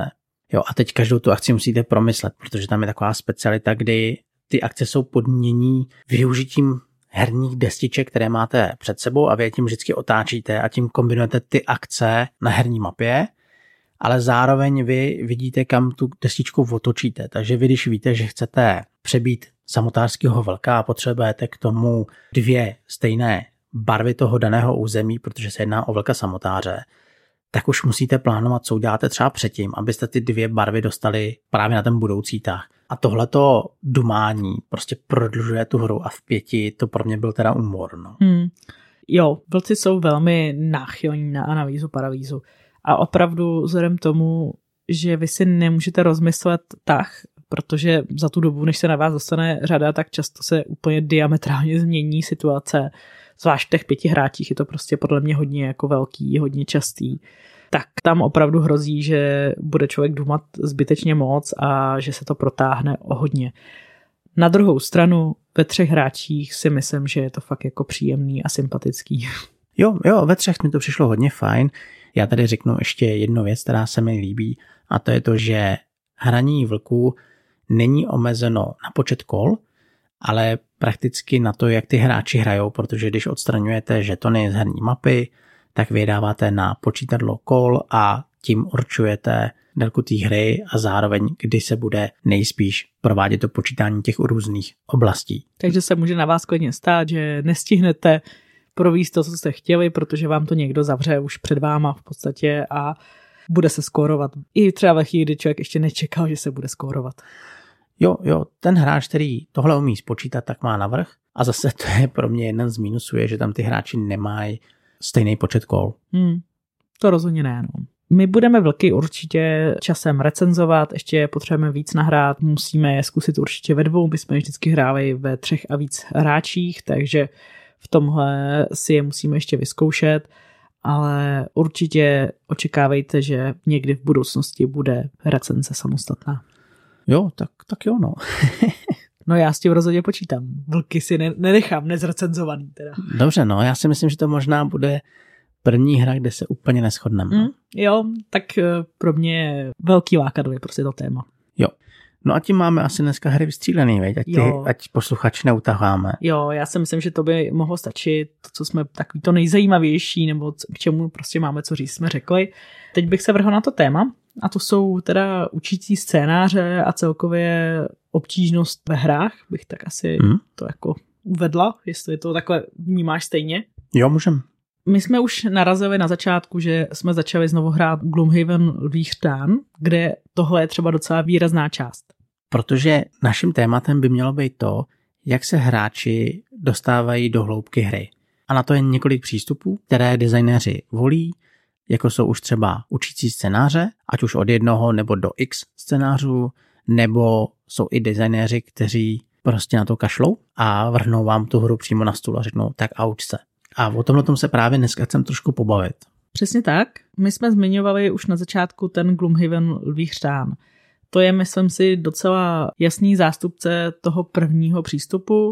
Jo, a teď každou tu akci musíte promyslet, protože tam je taková specialita, kdy ty akce jsou podmění využitím herních destiček, které máte před sebou a vy je tím vždycky otáčíte a tím kombinujete ty akce na herní mapě, ale zároveň vy vidíte, kam tu destičku otočíte. Takže vy, když víte, že chcete přebít samotářského vlka a potřebujete k tomu 2 stejné barvy toho daného území, protože se jedná o vlka samotáře, tak už musíte plánovat, co uděláte třeba předtím, abyste ty 2 barvy dostali právě na ten budoucí tah. A tohleto dumání prostě prodlužuje tu hru a v 5 to pro mě byl teda umor. No. Jo, vlci jsou velmi náchylní na analýzu paralýzu. A opravdu vzhledem tomu, že vy si nemůžete rozmyslet tah, protože za tu dobu, než se na vás dostane řada, tak často se úplně diametrálně změní situace. Zvlášť v těch 5 hráčích je to prostě podle mě hodně jako velký, hodně častý. Tak tam opravdu hrozí, že bude člověk dumat zbytečně moc a že se to protáhne o hodně. Na druhou stranu ve 3 hráčích si myslím, že je to fakt jako příjemný a sympatický. Jo, ve 3 mi to přišlo hodně fajn. Já tady řeknu ještě jednu věc, která se mi líbí, a to je to, že hraní vlků není omezeno na počet kol, ale prakticky na to, jak ty hráči hrajou, protože když odstraňujete žetony z herní mapy, tak vydáváte na počítadlo kol a tím určujete délku té hry a zároveň, kdy se bude nejspíš provádět to počítání těch různých oblastí. Takže se může na vás klidně stát, že nestihnete províst to, co jste chtěli, protože vám to někdo zavře už před váma v podstatě a bude se skórovat. I třeba ve chvíli, kdy člověk ještě nečekal, že se bude skórovat. Jo, ten hráč, který tohle umí spočítat, tak má navrch. A zase to je pro mě jeden z mínusů, je, že tam ty hráči nemají stejný počet kol. To rozhodně ne, no. My budeme vlky určitě časem recenzovat, ještě potřebujeme víc nahrát, musíme je zkusit určitě ve 2, my jsme vždycky hráli ve 3 a víc hráčích, takže v tomhle si je musíme ještě vyzkoušet, ale určitě očekávejte, že někdy v budoucnosti bude recenze samostatná. Jo, tak jo, no. No já s tím rozhodně počítám. Vlky si nenechám nezrecenzovaný teda. Dobře, no, já si myslím, že to možná bude první hra, kde se úplně neshodneme. Jo, tak pro mě je velký lákadlo prostě to téma. Jo. No a tím máme asi dneska hry vystřílený, veď? Ať posluchači neutaháme. Jo, já si myslím, že to by mohlo stačit. To, co jsme takový to nejzajímavější, nebo k čemu prostě máme co říct, jsme řekli. Teď bych se vrhl na to téma, a to jsou teda učící scénáře a celkově obtížnost ve hrách, bych tak asi to jako uvedla, jestli to takhle vnímáš stejně. Jo, můžem. My jsme už narazili na začátku, že jsme začali znovu hrát Gloomhaven Lvých Tán, kde tohle je třeba docela výrazná část. Protože naším tématem by mělo být to, jak se hráči dostávají do hloubky hry. A na to je několik přístupů, které designéři volí, jako jsou už třeba učící scénáře, ať už od 1 nebo do x scénářů, nebo jsou i designéři, kteří prostě na to kašlou a vrhnou vám tu hru přímo na stůl a řeknou, tak a uč se. A o tomhle se právě dneska chcem trošku pobavit. Přesně tak. My jsme zmiňovali už na začátku ten Gloomhaven Lvých Tán. To je, myslím si, docela jasný zástupce toho prvního přístupu,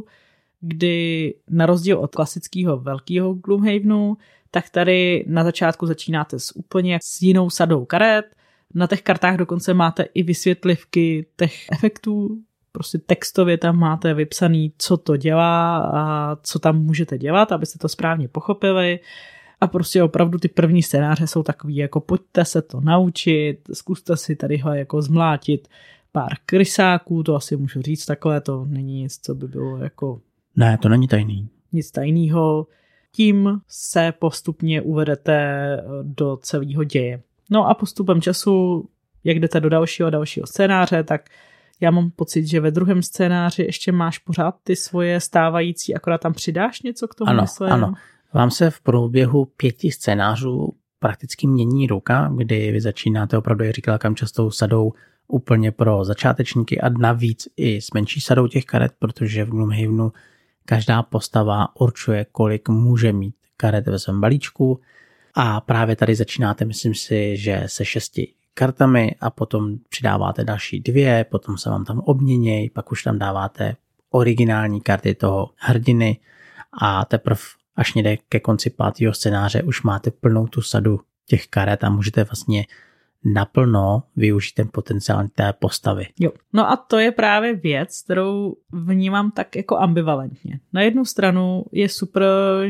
kdy na rozdíl od klasického velkého Gloomhavenu, tak tady na začátku začínáte s jinou sadou karet. Na těch kartách dokonce máte i vysvětlivky těch efektů, prostě textově tam máte vypsaný, co to dělá a co tam můžete dělat, abyste to správně pochopili. A prostě opravdu ty první scénáře jsou takový, jako pojďte se to naučit, zkuste si tadyhle jako zmlátit pár krysáků, to asi můžu říct takhle, to není nic, co by bylo jako... Ne, to není tajný. Nic tajného. Tím se postupně uvedete do celého děje. No a postupem času, jak jdete do dalšího scénáře, tak já mám pocit, že ve druhém scénáři ještě máš pořád ty svoje stávající, akorát tam přidáš něco k tomu, myslím. Ano. Vám se v průběhu 5 scénářů prakticky mění ruka, kdy vy začínáte opravdu, jak říkala Kamča, sadou úplně pro začátečníky a navíc i s menší sadou těch karet, protože v Gloomhavenu každá postava určuje, kolik může mít karet ve svém balíčku a právě tady začínáte, myslím si, že se 6 kartami a potom přidáváte další 2, potom se vám tam obměnějí, pak už tam dáváte originální karty toho hrdiny a teprve až někde ke konci 5. scénáře už máte plnou tu sadu těch karet a můžete vlastně naplno využít ten potenciál té postavy. Jo. No a to je právě věc, kterou vnímám tak jako ambivalentně. Na jednu stranu je super,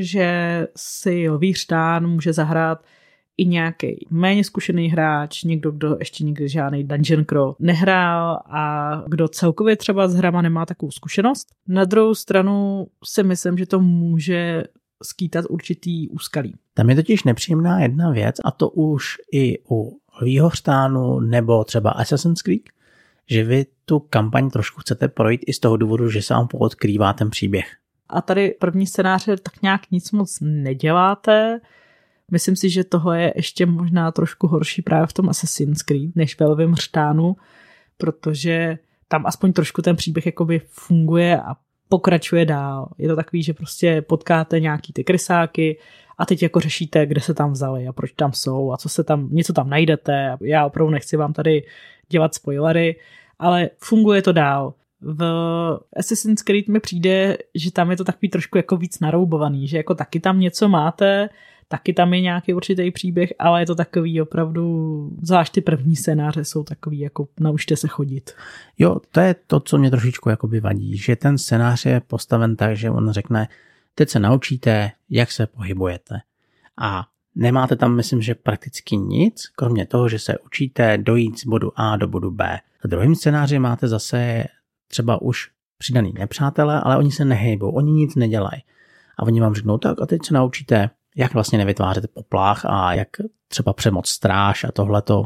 že si Lví chřtán může zahrát i nějaký méně zkušený hráč, někdo, kdo ještě nikdy žádný Dungeon Crawl nehrál a kdo celkově třeba s hrama nemá takovou zkušenost. Na druhou stranu si myslím, že to může skýtat určitý úskalí. Tam je totiž nepříjemná jedna věc, a to už i u Lvího chřtánu nebo třeba Assassin's Creed, že vy tu kampaň trošku chcete projít i z toho důvodu, že se vám poodkrývá ten příběh. A tady první scénáře tak nějak nic moc neděláte. Myslím si, že tohle je ještě možná trošku horší právě v tom Assassin's Creed, než ve Lvím chřtánu, protože tam aspoň trošku ten příběh jakoby funguje a pokračuje dál. Je to takový, že prostě potkáte nějaký ty krysáky a teď jako řešíte, kde se tam vzali a proč tam jsou a co se tam, něco tam najdete. Já opravdu nechci vám tady dělat spoilery, ale funguje to dál. V Assassin's Creed mi přijde, že tam je to takový trošku jako víc naroubovaný, že jako taky tam něco máte, taky tam je nějaký určitý příběh, ale je to takový opravdu, zvlášť ty první scénáře jsou takový jako naučte se chodit. Jo, to je to, co mě trošičku jakoby vadí, že ten scénář je postaven tak, že on řekne, teď se naučíte, jak se pohybujete. A nemáte tam, myslím, že prakticky nic, kromě toho, že se učíte dojít z bodu A do bodu B. V druhém scénáři máte zase třeba už přidaný nepřátelé, ale oni se nehejbou, oni nic nedělají. A oni vám řeknou, tak a teď se naučíte, jak vlastně nevytvářet poplach a jak třeba přemoc stráž a tohleto.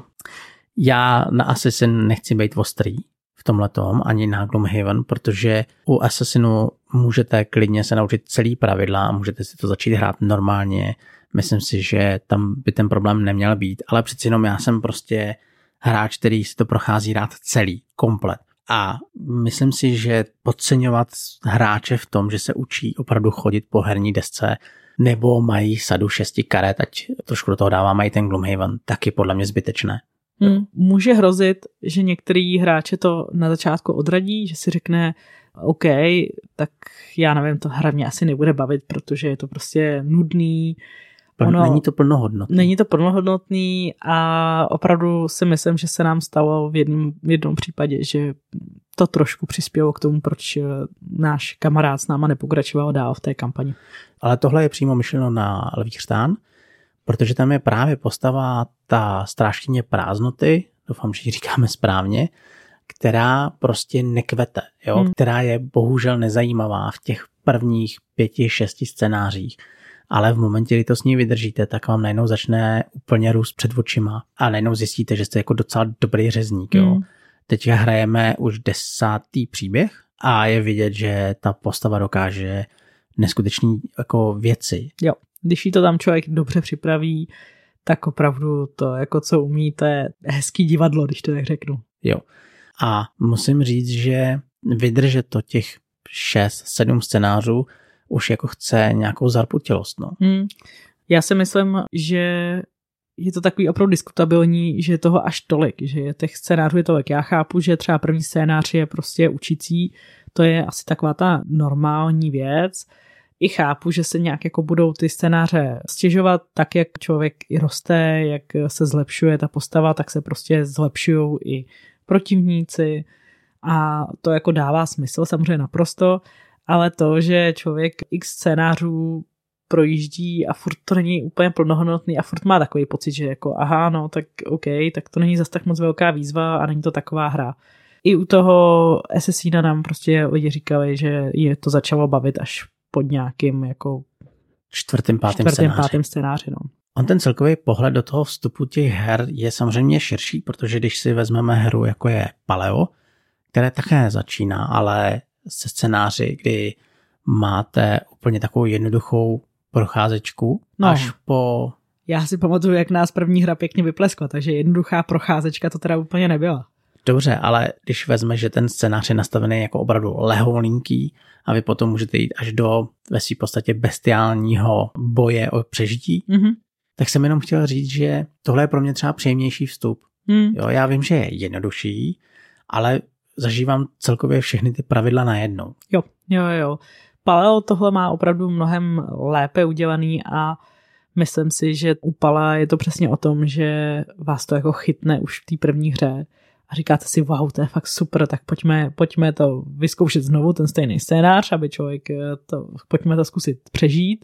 Já na Assassin nechci být ostrý v tomhletom, ani na Gloomhaven, protože u Assassinu můžete klidně se naučit celý pravidla a můžete si to začít hrát normálně. Myslím si, že tam by ten problém neměl být, ale přeci jenom já jsem prostě hráč, který si to prochází rád celý, komplet. A myslím si, že podceňovat hráče v tom, že se učí opravdu chodit po herní desce, nebo mají sadu 6 karet, ať trošku do toho dáváme i ten Gloomhaven, tak je podle mě zbytečné. Může hrozit, že některý hráče to na začátku odradí, že si řekne OK, tak já nevím, to hra mě asi nebude bavit, protože je to prostě nudný. Není to plnohodnotný. Není to plnohodnotný a opravdu si myslím, že se nám stalo v jednom případě, že to trošku přispělo k tomu, proč náš kamarád s náma nepokračoval dál v té kampani. Ale tohle je přímo myšleno na Lví chřtán, protože tam je právě postava ta strážkyně prázdnoty, doufám, že ji říkáme správně, která prostě nekvete, jo? Která je bohužel nezajímavá v těch prvních 5-6 scénářích. Ale v momentě, kdy to s ní vydržíte, tak vám najednou začne úplně růst před očima a najednou zjistíte, že jste jako docela dobrý řezník. Jo? Teďka hrajeme už 10. příběh a je vidět, že ta postava dokáže neskutečný jako věci. Jo, když jí to tam člověk dobře připraví, tak opravdu to, jako co umíte, hezký divadlo, když to tak řeknu. Jo. A musím říct, že vydržet to těch 6-7 scénářů už jako chce nějakou zarputilost. No. Já si myslím, že je to takový opravdu diskutabilní, že je toho až tolik, že těch scénářů je tolik. Já chápu, že třeba první scénář je prostě učící, to je asi taková ta normální věc. I chápu, že se nějak jako budou ty scénáře stěžovat, tak jak člověk i roste, jak se zlepšuje ta postava, tak se prostě zlepšují i protivníci a to jako dává smysl samozřejmě naprosto, ale to, že člověk x scénářů projíždí a furt to není úplně plnohodnotný a furt má takový pocit, že jako aha, no tak OK, tak to není zas tak moc velká výzva a není to taková hra. I u toho Assassina nám prostě lidi říkali, že je to začalo bavit až pod nějakým jako čtvrtým, pátým scénáři. No. On ten celkový pohled do toho vstupu těch her je samozřejmě širší, protože když si vezmeme hru jako je Paleo, které také začíná, ale se scénáři, kdy máte úplně takovou jednoduchou procházečku až po... Já si pamatuju, jak nás první hra pěkně vypleskla, takže jednoduchá procházečka to teda úplně nebyla. Dobře, ale když vezme, že ten scénář je nastavený jako opravdu lehoulinký a vy potom můžete jít až do ve své podstatě bestiálního boje o přežití, tak jsem jenom chtěl říct, že tohle je pro mě třeba příjemnější vstup. Jo, já vím, že je jednodušší, ale zažívám celkově všechny ty pravidla najednou. Jo. Paleo tohle má opravdu mnohem lépe udělaný a myslím si, že u Pala je to přesně o tom, že vás to jako chytne už v té první hře a říkáte si, wow, to je fakt super, tak pojďme to vyzkoušet znovu, ten stejný scénář, aby pojďme to zkusit přežít.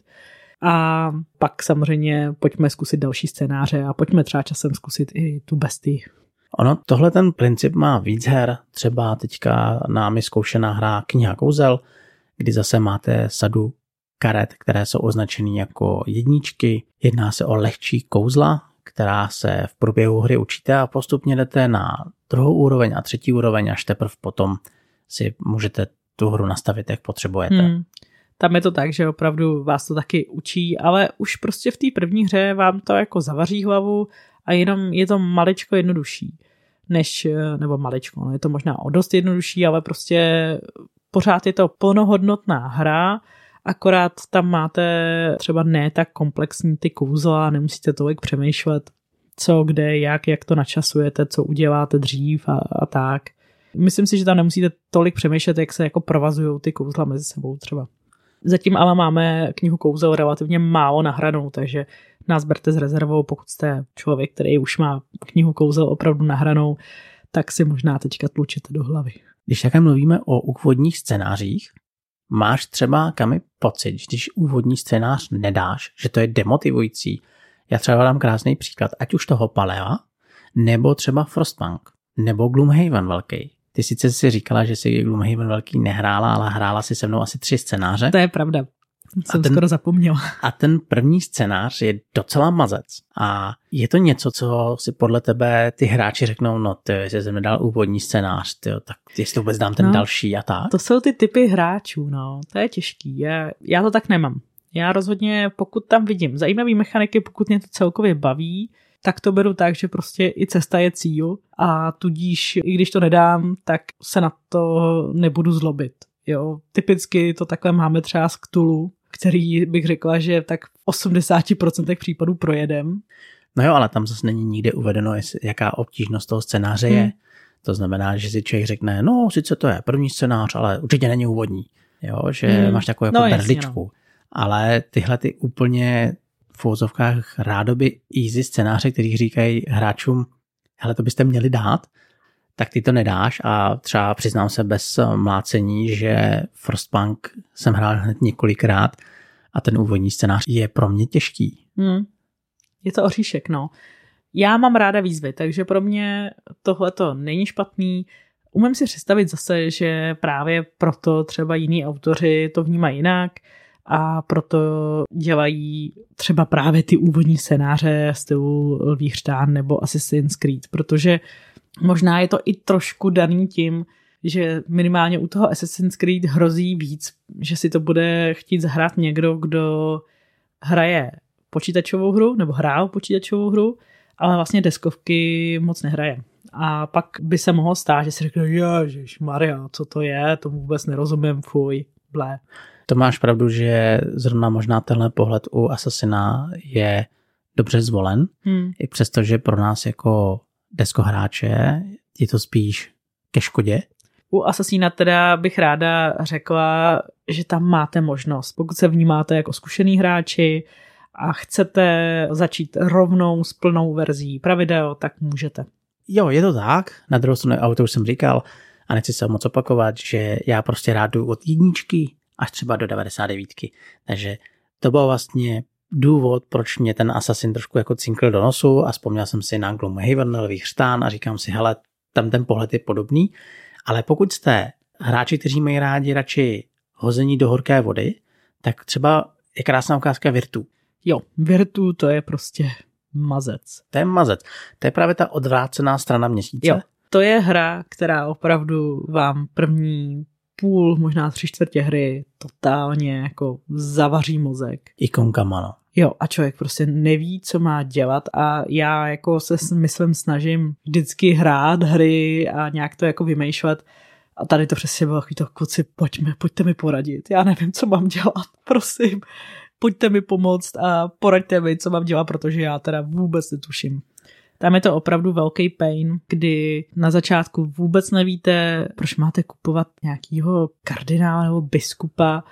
A pak samozřejmě pojďme zkusit další scénáře a pojďme třeba časem zkusit i tu bestii. Ono, tohle ten princip má víc her, třeba teďka námi zkoušená hra Kniha kouzel, kdy zase máte sadu karet, které jsou označené jako jedničky. Jedná se o lehčí kouzla, která se v průběhu hry učíte a postupně jdete na druhou úroveň a třetí úroveň, až teprve potom si můžete tu hru nastavit, jak potřebujete. Tam je to tak, že opravdu vás to taky učí, ale už prostě v té první hře vám to jako zavaří hlavu a jenom je to maličko jednodušší. Nebo maličko, no je to možná o dost jednodušší, ale prostě pořád je to plnohodnotná hra, akorát tam máte třeba ne tak komplexní ty kouzla, nemusíte tolik přemýšlet, co, kde, jak to načasujete, co uděláte dřív a tak. Myslím si, že tam nemusíte tolik přemýšlet, jak se jako provazují ty kouzla mezi sebou třeba. Zatím ale máme Knihu kouzel relativně málo nahranou, takže nás berte s rezervou, pokud jste člověk, který už má Knihu kouzel opravdu nahranou, tak si možná teďka tlučete do hlavy. Když také mluvíme o úvodních scénářích, máš třeba, Kami, pocit, když úvodní scénář nedáš, že to je demotivující? Já třeba dám krásný příklad, ať už toho Palea, nebo třeba Frostpunk, nebo Gloomhaven velký. Ty sice si říkala, že si Gloomhaven velký nehrála, ale hrála si se mnou asi 3 scénáře. To je pravda. Jsem skoro zapomněla. A ten první scénář je docela mazec. A je to něco, co si podle tebe ty hráči řeknou, no ty, jestli jsem nedal úvodní scénář, tyjo, tak jestli vůbec dám ten další a tak. To jsou ty typy hráčů, no. To je těžký. Já to tak nemám. Já rozhodně, pokud tam vidím zajímavý mechaniky, pokud mě to celkově baví, tak to beru tak, že prostě i cesta je cíl a tudíž, i když to nedám, tak se na to nebudu zlobit. Jo, typicky to takhle máme třeba z Cthulhu, který bych řekla, že tak v 80% případů projedem. No jo, ale tam zase není nikde uvedeno, jaká obtížnost toho scénáře je. To znamená, že si člověk řekne, no sice to je první scénář, ale určitě není úvodní. Jo, že máš takovou jako brzličku. No. Ale tyhle ty úplně v uvozovkách rádoby easy scénáře, který říkají hráčům, hele, to byste měli dát, tak ty to nedáš a třeba přiznám se bez mlácení, že Frostpunk jsem hrál hned několikrát a ten úvodní scénář je pro mě těžký. Je to oříšek, no. Já mám ráda výzvy, takže pro mě tohleto není špatný. Umím si představit zase, že právě proto třeba jiní autoři to vnímají jinak a proto dělají třeba právě ty úvodní scénáře stylu Lví chřtán nebo Assassin's Creed, protože možná je to i trošku daný tím, že minimálně u toho Assassin's Creed hrozí víc, že si to bude chtít zahrát někdo, kdo hraje počítačovou hru nebo hrál počítačovou hru, ale vlastně deskovky moc nehraje. A pak by se mohlo stát, že si řekne, ježišmarja, co to je, tomu vůbec nerozumím, fuj, blé. To máš pravdu, že zrovna možná tenhle pohled u Assassina je dobře zvolen, i přesto, že pro nás jako deskohráče je to spíš ke škodě. U Assassina teda bych ráda řekla, že tam máte možnost. Pokud se vnímáte jako zkušený hráči a chcete začít rovnou s plnou verzí pravidel, tak můžete. Jo, je to tak. Na druhou stranu, a to už jsem říkal, a nechci se moc opakovat, že já prostě rád jdu od jedničky až třeba do 99. Takže to byl vlastně důvod, proč mě ten Assassin trošku jako cinkl do nosu a vzpomněl jsem si na Gloomhaven, Lví chřtán a říkám si, hele, tam ten pohled je podobný, ale pokud jste hráči, kteří mají rádi radši hození do horké vody, tak třeba je krásná ukázka Virtu. Jo, Virtu to je prostě mazec. To je mazec. To je právě ta odvrácená strana měsíce. Jo, to je hra, která opravdu vám první půl, možná 3/4 hry totálně jako zavaří mozek. Ikonkama, no. Jo, a člověk prostě neví, co má dělat a já jako se myslím snažím vždycky hrát hry a nějak to jako vymýšlet a tady to přesně bylo to, kluci, pojďte mi poradit, já nevím, co mám dělat, prosím, pojďte mi pomoct a poraďte mi, co mám dělat, protože já teda vůbec netuším. Tam je to opravdu velký pain, kdy na začátku vůbec nevíte, proč máte kupovat nějakýho kardinála nebo biskupa,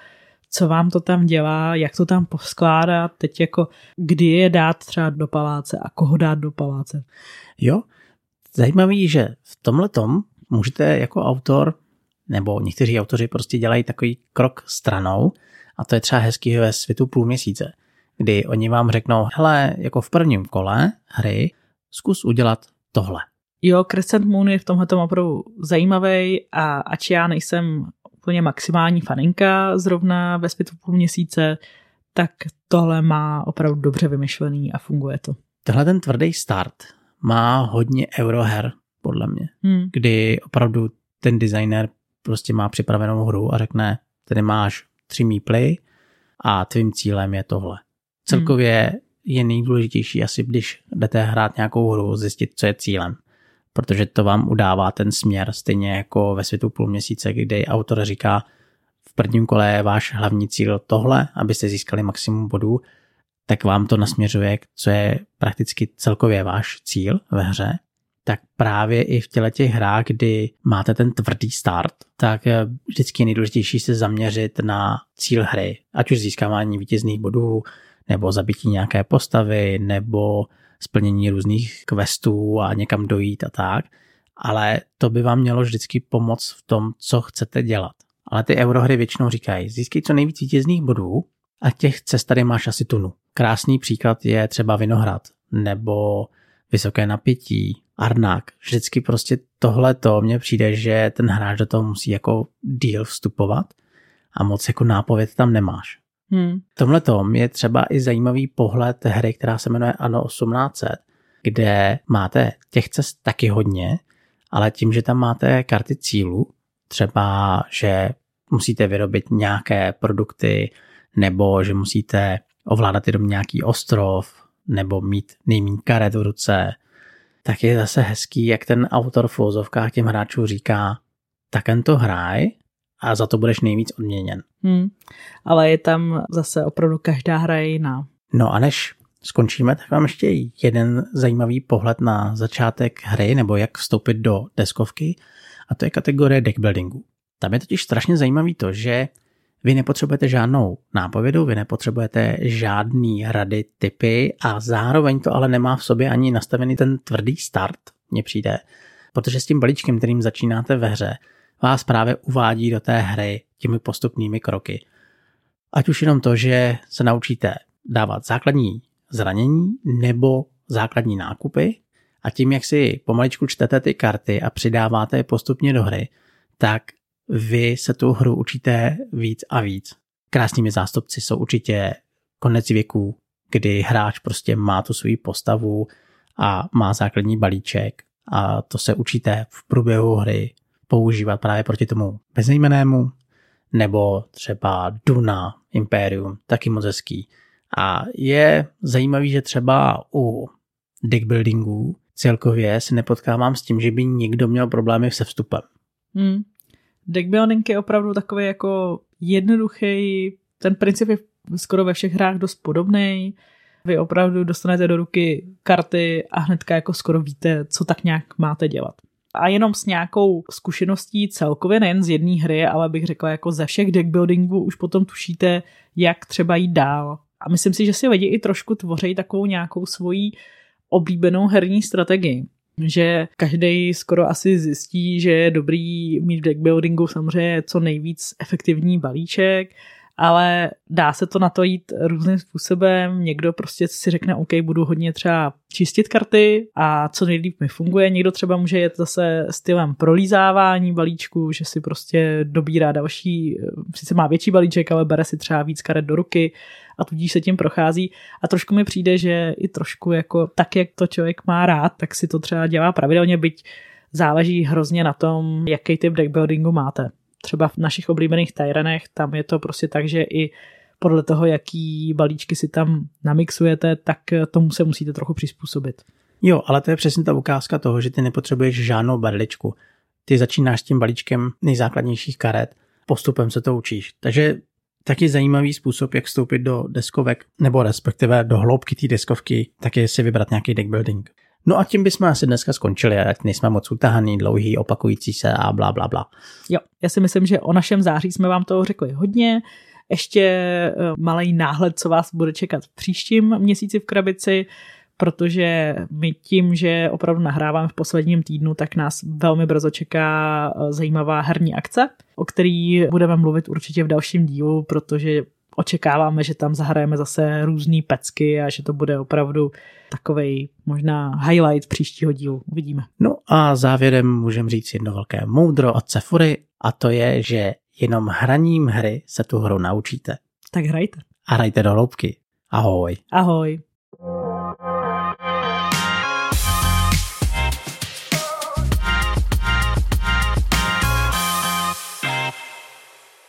co vám to tam dělá, jak to tam poskládat, teď jako kdy je dát třeba do paláce a koho dát do paláce. Jo, zajímavý, že v tomhletom můžete jako autor, nebo někteří autoři prostě dělají takový krok stranou a to je třeba hezký ve Světu půlměsíce, kdy oni vám řeknou, hele, jako v prvním kole hry zkus udělat tohle. Jo, Crescent Moon je v tomhletom opravdu zajímavý a ač já nejsem úplně maximální faninka zrovna ve Světu půlměsíce, tak tohle má opravdu dobře vymyšlený a funguje to. Tenhle ten tvrdý start má hodně euroher, podle mě, kdy opravdu ten designer prostě má připravenou hru a řekne, tady máš 3 míply a tvým cílem je tohle. Celkově je nejdůležitější asi, když jdete hrát nějakou hru, zjistit, co je cílem. Protože to vám udává ten směr, stejně jako ve Světu půlměsíce, kdy autor říká, v prvním kole je váš hlavní cíl tohle, abyste získali maximum bodů, tak vám to nasměřuje, co je prakticky celkově váš cíl ve hře. Tak právě i v těch hrách, kdy máte ten tvrdý start, tak vždycky je nejdůležitější se zaměřit na cíl hry. Ať už získávání vítězných bodů, nebo zabití nějaké postavy, nebo splnění různých questů a někam dojít a tak. Ale to by vám mělo vždycky pomoct v tom, co chcete dělat. Ale ty eurohry většinou říkají, získej co nejvíc vítězných bodů a těch cest tady máš asi tunu. Krásný příklad je třeba Vinohrad, nebo Vysoké napětí, Arnak. Vždycky prostě tohleto mně přijde, že ten hráč do toho musí jako díl vstupovat a moc jako nápověd tam nemáš. V tomhletom je třeba i zajímavý pohled hry, která se jmenuje Anno 1800, kde máte těch cest taky hodně, ale tím, že tam máte karty cílů, třeba, že musíte vyrobit nějaké produkty, nebo že musíte ovládat jenom nějaký ostrov, nebo mít nejméně karet v ruce, tak je zase hezký, jak ten autor v uvozovkách těm hráčům říká, tak jen to hraj a za to budeš nejvíc odměněn. Ale je tam zase opravdu každá hra je jiná. No a než skončíme, tak vám ještě jeden zajímavý pohled na začátek hry, nebo jak vstoupit do deskovky, a to je kategorie deckbuildingu. Tam je totiž strašně zajímavý to, že vy nepotřebujete žádnou nápovědu, vy nepotřebujete žádný rady, tipy a zároveň to ale nemá v sobě ani nastavený ten tvrdý start, mně přijde, protože s tím balíčkem, kterým začínáte ve hře, vás právě uvádí do té hry těmi postupnými kroky. Ať už jenom to, že se naučíte dávat základní zranění nebo základní nákupy a tím, jak si pomaličku čtete ty karty a přidáváte je postupně do hry, tak vy se tu hru učíte víc a víc. Krásnými zástupci jsou určitě Konec věků, kdy hráč prostě má tu svou postavu a má základní balíček a to se učíte v průběhu hry používat právě proti tomu bezejmennému, nebo třeba Duna Imperium, taky moc hezký. A je zajímavý, že třeba u deckbuildingu celkově se nepotkávám s tím, že by někdo měl problémy se vstupem. Deckbuilding je opravdu takový jako jednoduchý, ten princip je skoro ve všech hrách dost podobný. Vy opravdu dostanete do ruky karty a hnedka jako skoro víte, co tak nějak máte dělat. A jenom s nějakou zkušeností celkově, nejen z jedné hry, ale bych řekla jako ze všech deckbuildingů už potom tušíte, jak třeba jít dál. A myslím si, že si lidi i trošku tvoří takovou nějakou svoji oblíbenou herní strategii. Že každý skoro asi zjistí, že je dobrý mít v deckbuildingu samozřejmě co nejvíc efektivní balíček, ale dá se to na to jít různým způsobem. Někdo prostě si řekne, OK, budu hodně třeba čistit karty a co nejlíp mi funguje. Někdo třeba může jet zase stylem prolízávání balíčku, že si prostě dobírá další, sice má větší balíček, ale bere si třeba víc karet do ruky a tudíž se tím prochází. A trošku mi přijde, že i trošku jako tak, jak to člověk má rád, tak si to třeba dělá pravidelně, byť záleží hrozně na tom, jaký typ deckbuildingu máte. Třeba v našich oblíbených Tyranech, tam je to prostě tak, že i podle toho, jaký balíčky si tam namixujete, tak tomu se musíte trochu přizpůsobit. Jo, ale to je přesně ta ukázka toho, že ty nepotřebuješ žádnou berličku. Ty začínáš s tím balíčkem nejzákladnějších karet, postupem se to učíš. Takže taky zajímavý způsob, jak vstoupit do deskovek, nebo respektive do hloubky té deskovky, tak je si vybrat nějaký deckbuilding. No a tím bychom asi dneska skončili, ať nejsme moc utahaný, dlouhý, opakující se a blá, blá, blá. Jo, já si myslím, že o našem září jsme vám toho řekli hodně. ještě malý náhled, co vás bude čekat v příštím měsíci v krabici, protože my tím, že opravdu nahráváme v posledním týdnu, tak nás velmi brzo čeká zajímavá herní akce, o který budeme mluvit určitě v dalším dílu, protože očekáváme, že tam zahrajeme zase různý pecky a že to bude opravdu takovej možná highlight příštího dílu. Uvidíme. No a závěrem můžeme říct jedno velké moudro od Sephury, a to je, že jenom hraním hry se tu hru naučíte. Tak hrajte. A hrajte do hloubky. Ahoj. Ahoj.